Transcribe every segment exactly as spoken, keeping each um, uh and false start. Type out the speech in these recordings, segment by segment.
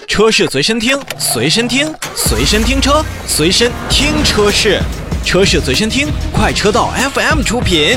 车市随身听，随身听，随身听车，随身听车市，车市随身听，快车道 F M 出品。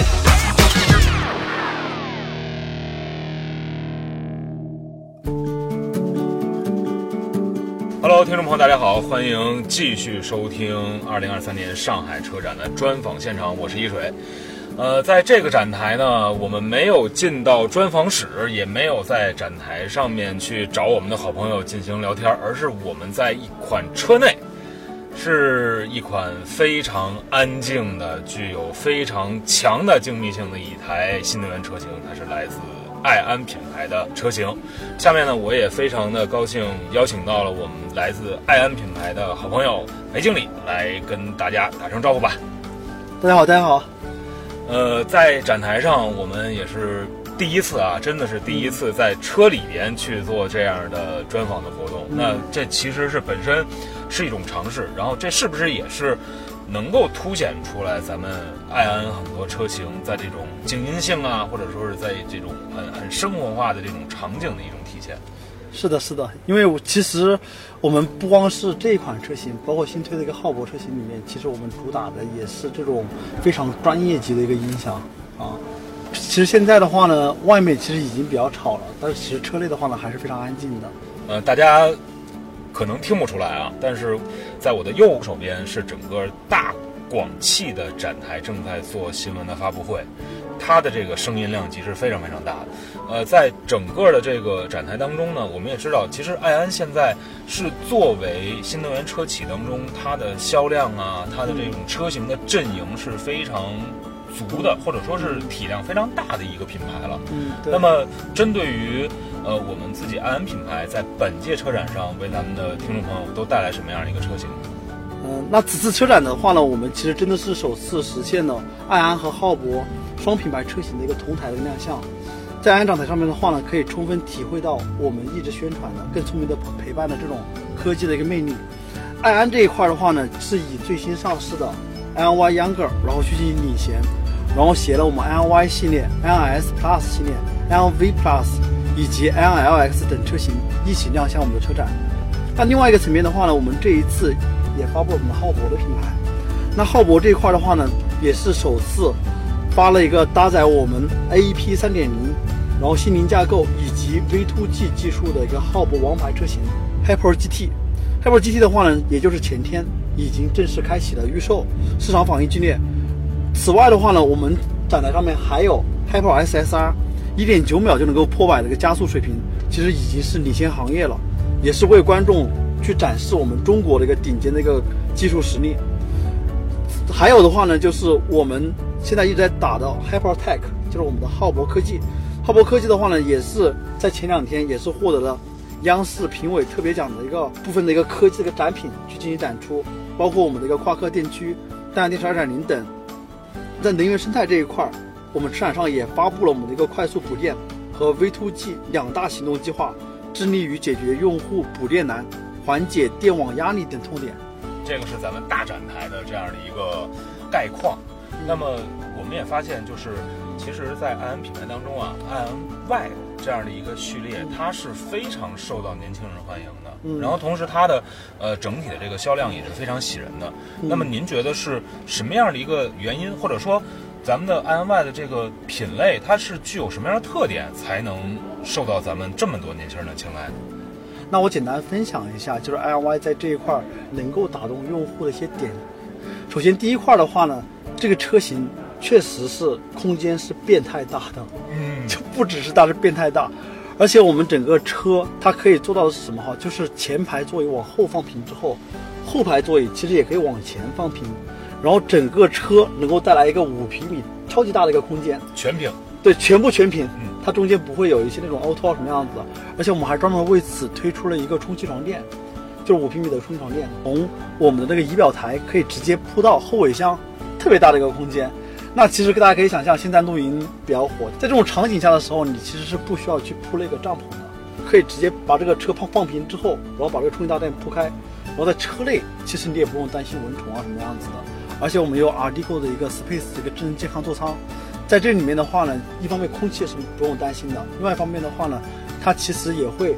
Hello， 听众朋友，大家好，欢迎继续收听二零二三年上海车展的专访现场，我是一水。呃，在这个展台呢，我们没有进到专访室，也没有在展台上面去找我们的好朋友进行聊天，而是我们在一款车内，是一款非常安静的、具有非常强的精密性的一台新能源车型，它是来自爱安品牌的车型。下面呢，我也非常的高兴邀请到了我们来自爱安品牌的好朋友裴经理来跟大家打声招呼吧。 大家好，大家好。 呃，在展台上我们也是第一次啊，真的是第一次在车里边去做这样的专访的活动。嗯、那这其实是本身是一种尝试，然后这是不是也是能够凸显出来咱们爱安很多车型在这种静音性啊，或者说是在这种很很生活化的这种场景的一种体现？ 是的，是的，因为我其实我们不光是这一款车型，包括新推的一个浩博车型里面，其实我们主打的也是这种非常专业级的一个音响啊。其实现在的话呢，外面其实已经比较吵了，但是其实车内的话呢还是非常安静的。 呃，大家可能听不出来啊，但是在我的右手边是整个大广汽的展台正在做新闻的发布会，它的这个声音量级是非常非常大的。呃，在整个的这个展台当中呢，我们也知道，其实爱安现在是作为新能源车企当中它的销量啊，它的这种车型的阵营是非常足的，或者说是体量非常大的一个品牌了。 嗯，对。 那么针对于呃我们自己爱安品牌在本届车展上为咱们的听众朋友都带来什么样的一个车型？ 嗯，那此次车展的话呢，我们其实真的是首次实现了爱安和浩博双品牌车型的一个同台的亮相。在爱安展台上面的话呢，可以充分体会到我们一直宣传的更聪明的陪伴的这种科技的一个魅力。爱安这一块的话呢，是以最新上市的 I N Y Younger 然后去进行领衔，然后携了我们 I N Y 系列、I N S Plus 系列、I N V Plus 以及 I N L X 等车型一起亮相我们的车展。那另外一个层面的话呢，我们这一次也发布了我们的浩博的品牌。那浩博这一块的话呢，也是首次发了一个搭载我们 A E P 三点零， 然后心灵架构以及 V 二 G 技术的一个浩博王牌车型 Hyper G T。Hyper G T 的话呢，也就是前天已经正式开启了预售，市场反应激烈。此外的话呢，我们展台上面还有 Hyper S S R， 一点九秒就能够破百的一个加速水平，其实已经是领先行业了，也是为观众去展示我们中国的一个顶尖的一个技术实力。还有的话呢，就是我们现在一直在打的 HyperTech， 就是我们的浩博科技。浩博科技的话呢，也是在前两天也是获得了央视评委特别奖的一个部分的一个科技的一个展品去进行展出，包括我们的一个夸克电驱、氮氧电池 二点零 等。在能源生态这一块，我们车展上也发布了我们的一个快速补电和 V 二 G 两大行动计划，致力于解决用户补电难、缓解电网压力等痛点。 这个是咱们大展台的这样的一个概况。那么我们也发现，就是其实在爱安品牌当中啊，爱安 Y 这样的一个序列，它是非常受到年轻人欢迎的。嗯、然后同时它的呃整体的这个销量也是非常喜人的。嗯、那么您觉得是什么样的一个原因，或者说咱们的爱安 Y 的这个品类，它是具有什么样的特点，才能受到咱们这么多年轻人的青睐呢？ 那我简单分享一下，就是 I N Y 在这一块能够打动用户的一些点。首先第一块的话呢，这个车型确实是空间是变态大的，嗯，就不只是大，是变态大。而且我们整个车它可以做到的是什么哈？就是前排座椅往后放平之后，后排座椅其实也可以往前放平，然后整个车能够带来一个五平米超级大的一个空间， 全平， 对，全部全平。嗯，它中间不会有一些那种凹凸什么样子的。而且我们还专门为此推出了一个充气床垫，就是五平米的充气床垫，从我们的那个仪表台可以直接铺到后尾箱，特别大的一个空间。那其实大家可以想象，现在露营比较火，在这种场景下的时候，你其实是不需要去铺那个帐篷的，可以直接把这个车放放平之后，然后把这个充气大垫铺开，然后在车内其实你也不用担心蚊虫啊什么样子的。而且我们有 Ardigo 的一个 Space 的一个智能健康座舱，在这里面的话呢，一方面空气是不用担心的，另外一方面的话呢，它其实也会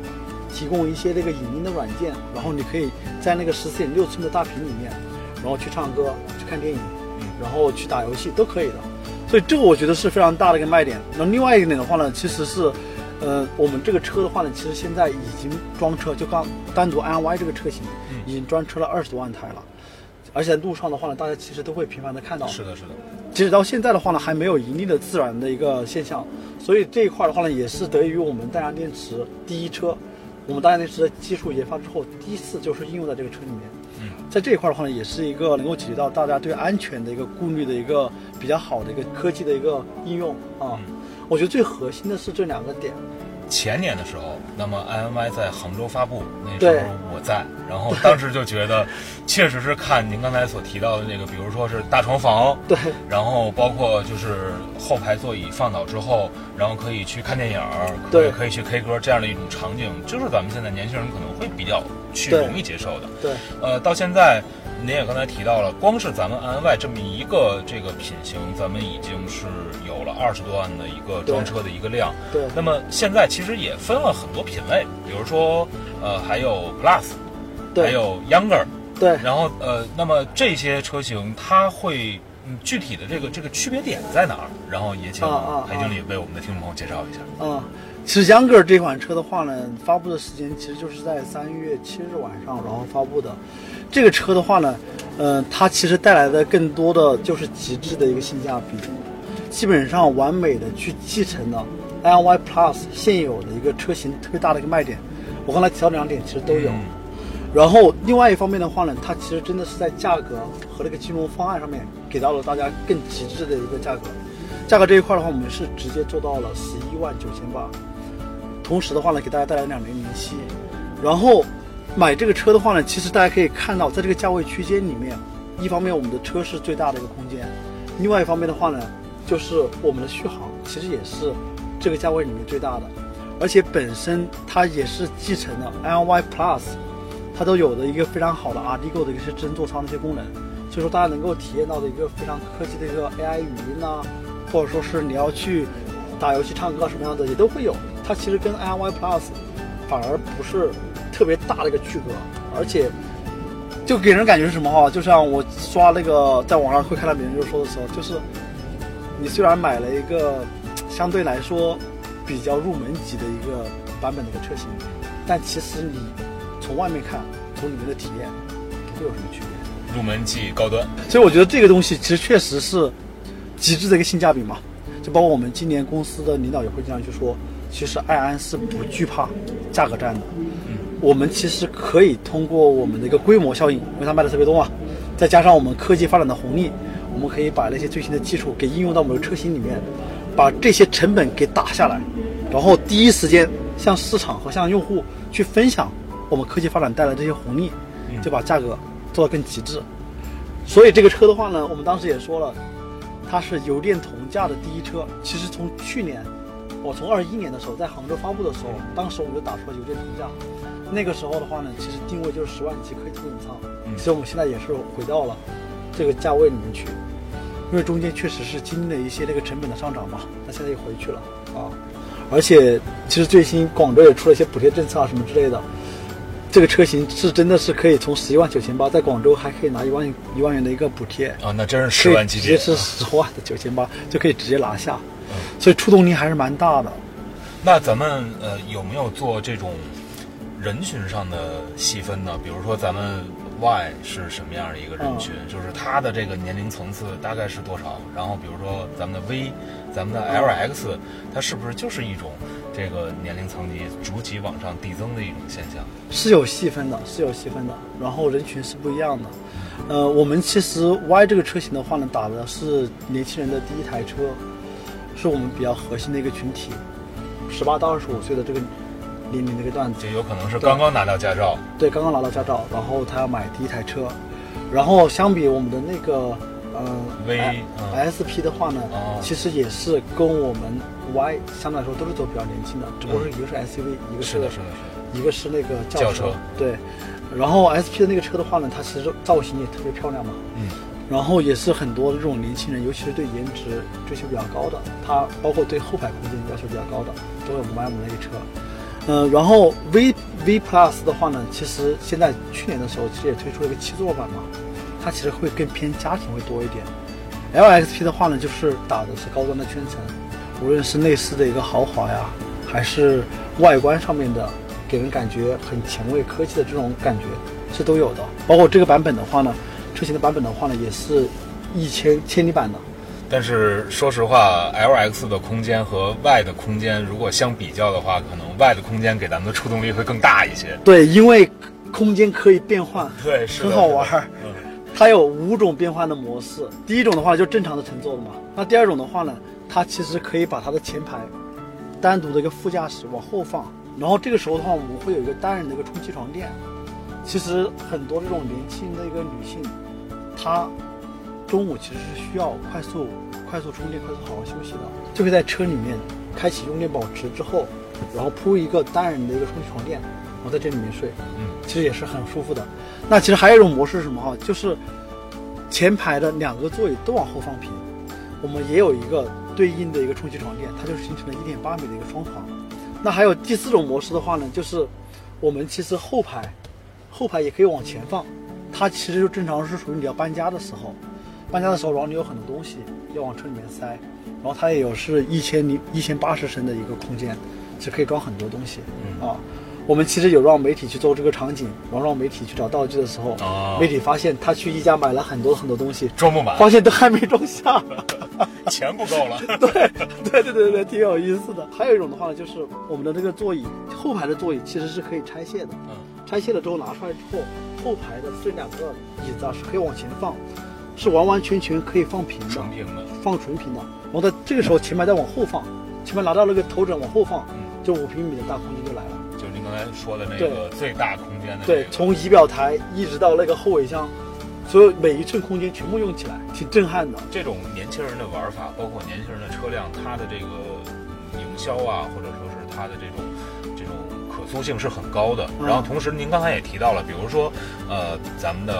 提供一些这个影音的软件，然后你可以在那个十四点六寸的大屏里面，然后去唱歌、去看电影，然后去打游戏都可以的。所以这个我觉得是非常大的一个卖点。那另外一点的话呢，其实是，呃，我们这个车的话呢，其实现在已经装车，就刚单独 I N Y 这个车型已经装车了二十多万台了。而且在路上的话呢，大家其实都会频繁的看到。 是的，是的。 截止到现在的话呢，还没有盈利的自燃的一个现象，所以这一块的话呢，也是得益于我们氮氧电池第一车，我们氮氧电池的技术研发之后，第一次就是应用在这个车里面。嗯，在这一块的话呢，也是一个能够解决到大家对安全的一个顾虑的一个比较好的一个科技的一个应用啊。嗯、我觉得最核心的是这两个点。 前年的时候，那么 I N Y 在杭州发布，那时候我在，然后当时就觉得，确实是看您刚才所提到的那个，比如说是大床房， 对， 然后包括就是后排座椅放倒之后，然后可以去看电影，对，可以去 K 歌这样的一种场景，就是咱们现在年轻人可能会比较去容易接受的。 对， 呃，到现在您也刚才提到了，光是咱们 I N Y 这么一个这个品型，咱们已经是有了二十多万的一个装车的一个量。 对， 那么现在其实也分了很多品类，比如说呃还有 Plus， 还有 Younger， 对， 然后呃那么这些车型它会嗯具体的这个这个区别点在哪儿？然后也请裴经理为我们的听众朋友介绍一下。 啊。啊其实 Younger 这款车的话呢，发布的时间其实就是在三月七日晚上，然后发布的。这个车的话呢，呃，它其实带来的更多的就是极致的一个性价比，基本上完美的去继承了 I N Y Plus 现有的一个车型特别大的一个卖点。我刚才提到两点其实都有。嗯、然后另外一方面的话呢，它其实真的是在价格和这个金融方案上面给到了大家更极致的一个价格。价格这一块的话，我们是直接做到了十一万九千八。同时的话呢，给大家带来两年零息。然后买这个车的话呢，其实大家可以看到，在这个价位区间里面，一方面我们的车是最大的一个空间，另外一方面的话呢，就是我们的续航其实也是这个价位里面最大的，而且本身它也是继承了 I N Y Plus， 它都有的一个非常好的 R D G O 的一些智能座舱的一些功能，所以说大家能够体验到的一个非常科技的一个 A I 语音啊，或者说是你要去打游戏唱歌什么样的也都会有。它其实跟 I N Y Plus 反而不是特别大的一个区隔，而且就给人感觉是什么哈？就像我刷那个在网上会看到别人就说的时候，就是你虽然买了一个相对来说比较入门级的一个版本的一个车型，但其实你从外面看，从里面的体验不会有什么区别。 入门级高端， 所以我觉得这个东西其实确实是极致的一个性价比嘛。就包括我们今年公司的领导也会经常去说，其实爱安是不惧怕价格战的。嗯，我们其实可以通过我们的一个规模效应，因为它卖的特别多嘛，再加上我们科技发展的红利，我们可以把那些最新的技术给应用到我们的车型里面，把这些成本给打下来，然后第一时间向市场和向用户去分享我们科技发展带来的这些红利，就把价格做得更极致。所以这个车的话呢，我们当时也说了，它是油电同价的第一车。其实从去年，我从二一年的时候在杭州发布的时候，当时我们就打出了油电同价。那个时候的话呢，其实定位就是十万级可以进仓。其实我们现在也是回到了这个价位里面去，因为中间确实是经历了一些那个成本的上涨嘛，那现在又回去了啊。而且其实最新广州也出了一些补贴政策啊什么之类的。这个车型是真的是可以从十一万九千八，在广州还可以拿一万一万元的一个补贴啊，那真是十万级别， 直接是十万的九千八就可以直接拿下，嗯、所以触动力还是蛮大的。 那咱们呃有没有做这种人群上的细分呢？比如说咱们 Y 是什么样的一个人群，嗯、就是它的这个年龄层次大概是多少？然后比如说咱们的 V， 咱们的 L X，嗯、它是不是就是一种这个年龄层级逐级往上递增的一种现象？ 是有细分的，是有细分的，然后人群是不一样的。呃，我们其实 Y 这个车型的话呢，打的是年轻人的第一台车，是我们比较核心的一个群体，十八到二十五岁的这个年龄的一个段子， 就有可能是刚刚拿到驾照， 对，刚刚拿到驾照，然后他要买第一台车，然后相比我们的那个呃 V、 嗯、S P 的话呢，哦、其实也是跟我们 Y 相对来说都是走比较年轻的，只不过是一个是 S U V，嗯、一个是是的是的一个是那个轿车， 轿车对。然后 S P 的那个车的话呢，它其实造型也特别漂亮嘛，嗯，然后也是很多这种年轻人，尤其是对颜值追求比较高的，它包括对后排空间要求比较高的，都会买我们那个车。 呃，然后 V V Plus 的话呢，其实现在去年的时候其实也推出了一个七座版嘛，它其实会更偏家庭会多一点。L X P 的话呢，就是打的是高端的圈层，无论是内饰的一个豪华呀，还是外观上面的给人感觉很前卫科技的这种感觉是都有的。包括这个版本的话呢，车型的版本的话呢，也是一千千里版的。 但是说实话 ，L X 的空间和 Y 的空间如果相比较的话，可能 Y 的空间给咱们的触动力会更大一些。 对，因为空间可以变换， 对，是很好玩。 嗯， 它有五种变换的模式。第一种的话就正常的乘坐的嘛，那第二种的话呢，它其实可以把它的前排单独的一个副驾驶往后放，然后这个时候的话，我们会有一个单人的一个充气床垫。其实很多这种年轻的一个女性，她中午其实是需要快速快速充电、快速好好休息的，就会在车里面开启用电保持之后，然后铺一个单人的一个充气床垫，然后在这里面睡，嗯，其实也是很舒服的。那其实还有一种模式是什么哈？就是前排的两个座椅都往后放平，我们也有一个对应的一个充气床垫，它就形成了一点八米的一个双床。那还有第四种模式的话呢，就是我们其实后排后排也可以往前放，它其实就正常是属于你要搬家的时候。搬家的时候，然后你有很多东西要往车里面塞，然后它也有是一千零一千八十升的一个空间，是可以装很多东西。嗯啊，我们其实有让媒体去做这个场景，然后让媒体去找道具的时候，哦、媒体发现他去宜家买了很多很多东西， 装不满， 发现都还没装下， 钱不够了。 对对对对对，挺有意思的。还有一种的话呢，就是我们的这个座椅后排的座椅其实是可以拆卸的，嗯，拆卸了之后拿出来之后，后排的这两个椅子啊是可以往前放。是完完全全可以放平的， 纯平的， 放纯平的。然后在这个时候，前排再往后放，前排拿到那个头枕往后放，嗯，就五平米的大空间就来了。 就是您刚才说的那个最大空间的、这个。 对，从仪表台一直到那个后尾箱，所有每一寸空间全部用起来，挺震撼的。 这种年轻人的玩法，包括年轻人的车辆，它的这个营销啊，或者说是它的这种这种可塑性是很高的。嗯、然后同时，您刚才也提到了，比如说，呃，咱们的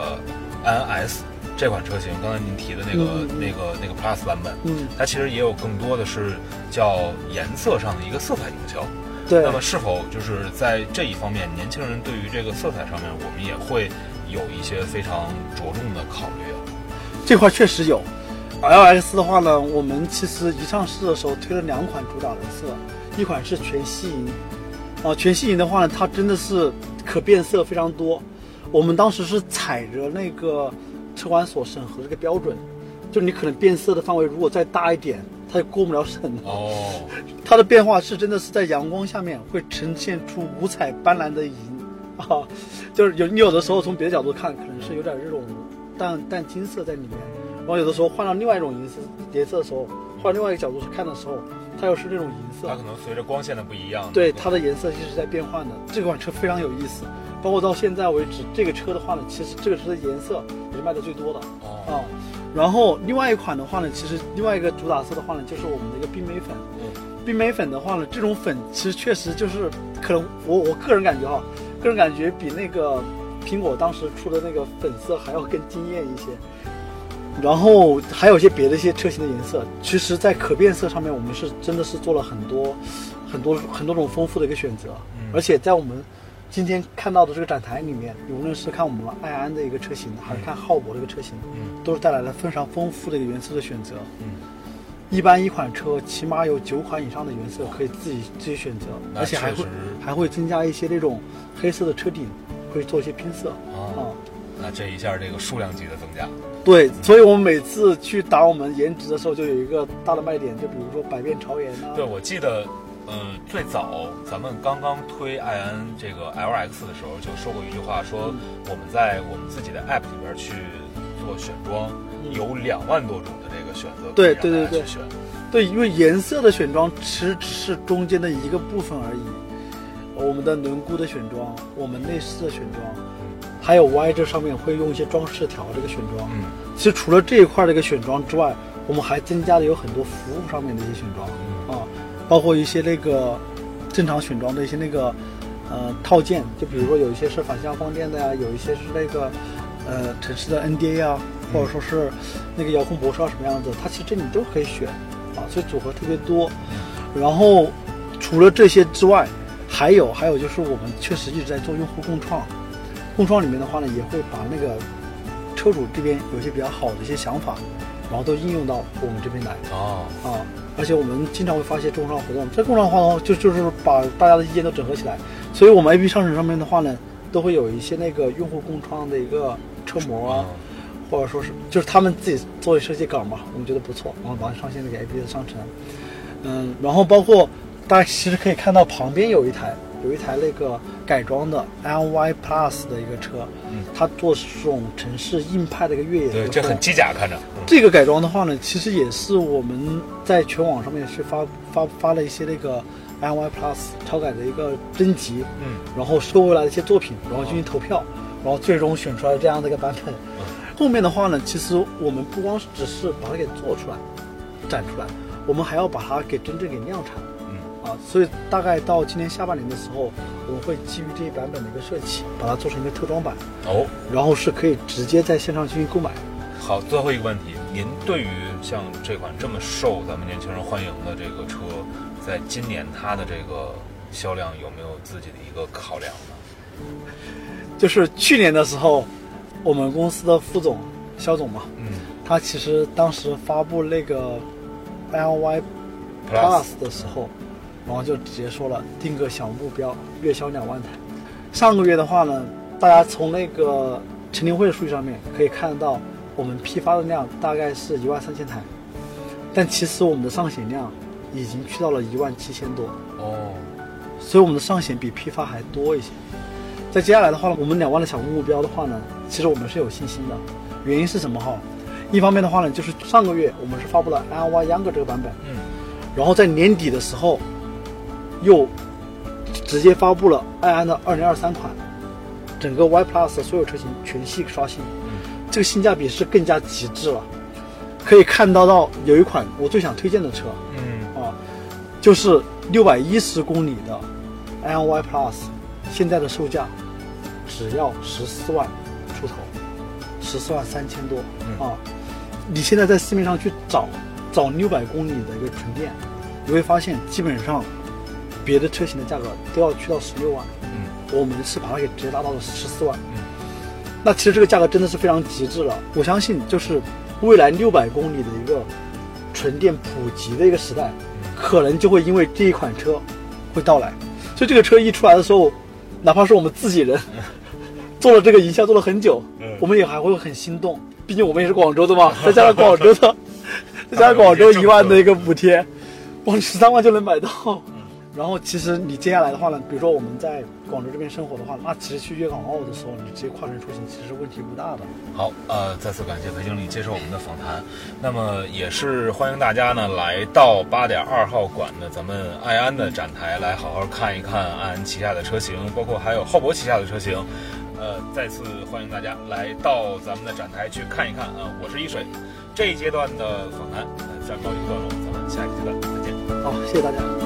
I N S。这款车型，刚才您提的那个、嗯、那个那个 Plus 版本，嗯，它其实也有更多的是叫颜色上的一个色彩营销。 对， 那么是否就是在这一方面，年轻人对于这个色彩上面，我们也会有一些非常着重的考虑啊？ 这块确实有。L X 的话呢，我们其实一上市的时候推了两款主打的色，一款是全息银，啊，全息银的话呢，它真的是可变色非常多。我们当时是踩着那个车管所审核这个标准，就你可能变色的范围如果再大一点，它就过不了审哦。 它的变化是真的是在阳光下面会呈现出五彩斑斓的银啊，就是有你有的时候从别的角度看，可能是有点这种淡淡金色在里面，然后有的时候换到另外一种颜色颜色的时候，换另外一个角度去看的时候，它又是这种银色。 它可能随着光线的不一样， 对它的颜色其实在变换的。这款车非常有意思。包括到现在为止，这个车的话呢，其实这个车的颜色也是卖的最多的哦、啊。然后另外一款的话呢，其实另外一个主打色的话呢，就是我们的一个冰莓粉。嗯，冰莓粉的话呢，这种粉其实确实就是可能我我个人感觉哈，个人感觉比那个苹果当时出的那个粉色还要更惊艳一些。然后还有一些别的一些车型的颜色，其实在可变色上面，我们是真的是做了很多很多很多种丰富的一个选择，嗯、而且在我们今天看到的这个展台里面，无论是看我们爱安的一个车型，还是看浩博的一个车型，嗯，都是带来了非常丰富的一个颜色的选择。嗯，一般一款车起码有九款以上的颜色可以自己自己选择，而且还会还会增加一些那种黑色的车顶，会做一些拼色啊。啊那这一下这个数量级的增加。 对，所以我们每次去打我们颜值的时候，就有一个大的卖点，就比如说百变超颜啊。 对，我记得。呃，最早咱们刚刚推爱安这个 L X 的时候，就说过一句话，说我们在我们自己的 App 里边去做选装，嗯、有两万多种的这个选择， 对对对对， 选。 对，因为颜色的选装其实只是中间的一个部分而已。我们的轮毂的选装，我们内饰的选装，嗯、还有 Y 这上面会用一些装饰条这个选装。嗯，其实除了这一块的一个选装之外，我们还增加了有很多服务上面的一些选装、嗯、啊。包括一些那个正常选装的一些那个呃套件，就比如说有一些是反向放电的呀，有一些是那个呃城市的 N D A 啊，或者说是那个遥控泊车什么样子，它其实这里都可以选啊，所以组合特别多。然后除了这些之外， 还有还有就是我们确实一直在做用户共创，共创里面的话呢，也会把那个车主这边有些比较好的一些想法，然后都应用到我们这边来。 哦啊，而且我们经常会发一些共创活动，这共创活动就就是把大家的意见都整合起来，所以我们 A P P 商城上面的话呢，都会有一些那个用户共创的一个车模啊。嗯，或者说是就是他们自己做设计稿嘛，我们觉得不错，然后把它上线那个 A P P 的商城。嗯，然后包括大家其实可以看到旁边有一台有一台那个改装的 L Y Plus 的一个车，嗯，它做这种城市硬派的一个越野， 对，这很机甲看着。 嗯、这个改装的话呢，其实也是我们在全网上面去发发发了一些那个 L Y Plus 超改的一个征集，嗯，然后收回来的一些作品，然后进行投票，嗯、然后最终选出来这样的一个版本。嗯，后面的话呢，其实我们不光只是把它给做出来、展出来，我们还要把它给真正给量产。嗯啊，所以大概到今年下半年的时候，我们会基于这一版本的一个设计，把它做成一个特装版。哦，然后是可以直接在线上进行购买。 好，最后一个问题，您对于像这款这么受咱们年轻人欢迎的这个车，在今年它的这个销量有没有自己的一个考量呢？ 就是去年的时候，我们公司的副总肖总嘛，嗯，他其实当时发布那个 L Y Plus 的时候，然后就直接说了定个小目标，月销两万台。上个月的话呢，大家从那个陈年会的数据上面可以看到，我们批发的量大概是一万三千台，但其实我们的上险量已经去到了一万七千多哦，所以我们的上险比批发还多一些。在接下来的话呢，我们两万的小目标的话呢，其实我们是有信心的。原因是什么哈？一方面的话呢，就是上个月我们是发布了 L Y Younger 这个版本，嗯，然后在年底的时候，又直接发布了爱安的二零二三款，整个 Y Plus 的所有车型全系刷新，嗯，这个性价比是更加极致了。可以看到到有一款我最想推荐的车，嗯啊，就是六百一十公里的 L Y Plus， 现在的售价只要十四万出头，十四万三千多，嗯、啊！你现在在市面上去找找六百公里的一个纯电，你会发现基本上别的车型的价格都要去到十六万，嗯，我们是把它给直接拉到了十四万，嗯，那其实这个价格真的是非常极致了。我相信就是未来六百公里的一个纯电普及的一个时代，可能就会因为这一款车会到来。所以这个车一出来的时候，哪怕是我们自己人做了这个营销做了很久，我们也还会很心动，毕竟我们也是广州的嘛，再加上广州的再加上广州一万的一个补贴，哇，十三万就能买到。然后其实你接下来的话呢，比如说我们在广州这边生活的话，那其实去粤港澳的时候，你直接跨城出行其实是问题不大的。 好，呃，再次感谢裴经理接受我们的访谈。那么也是欢迎大家呢来到八点二号馆的咱们爱安的展台来好好看一看爱安旗下的车型，包括还有浩博旗下的车型。呃，再次欢迎大家来到咱们的展台去看一看啊！我是一水，这一阶段的访谈呃暂告一个段落，咱们下一个阶段再见。 好，谢谢大家。